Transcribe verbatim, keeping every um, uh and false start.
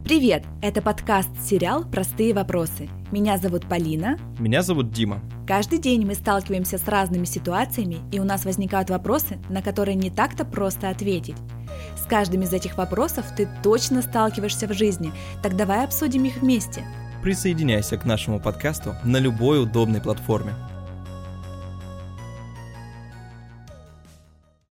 Привет! Это подкаст-сериал «Простые вопросы». Меня зовут Полина. Меня зовут Дима. Каждый день мы сталкиваемся с разными ситуациями, и у нас возникают вопросы, на которые не так-то просто ответить. С каждым из этих вопросов ты точно сталкиваешься в жизни, так давай обсудим их вместе. Присоединяйся к нашему подкасту на любой удобной платформе.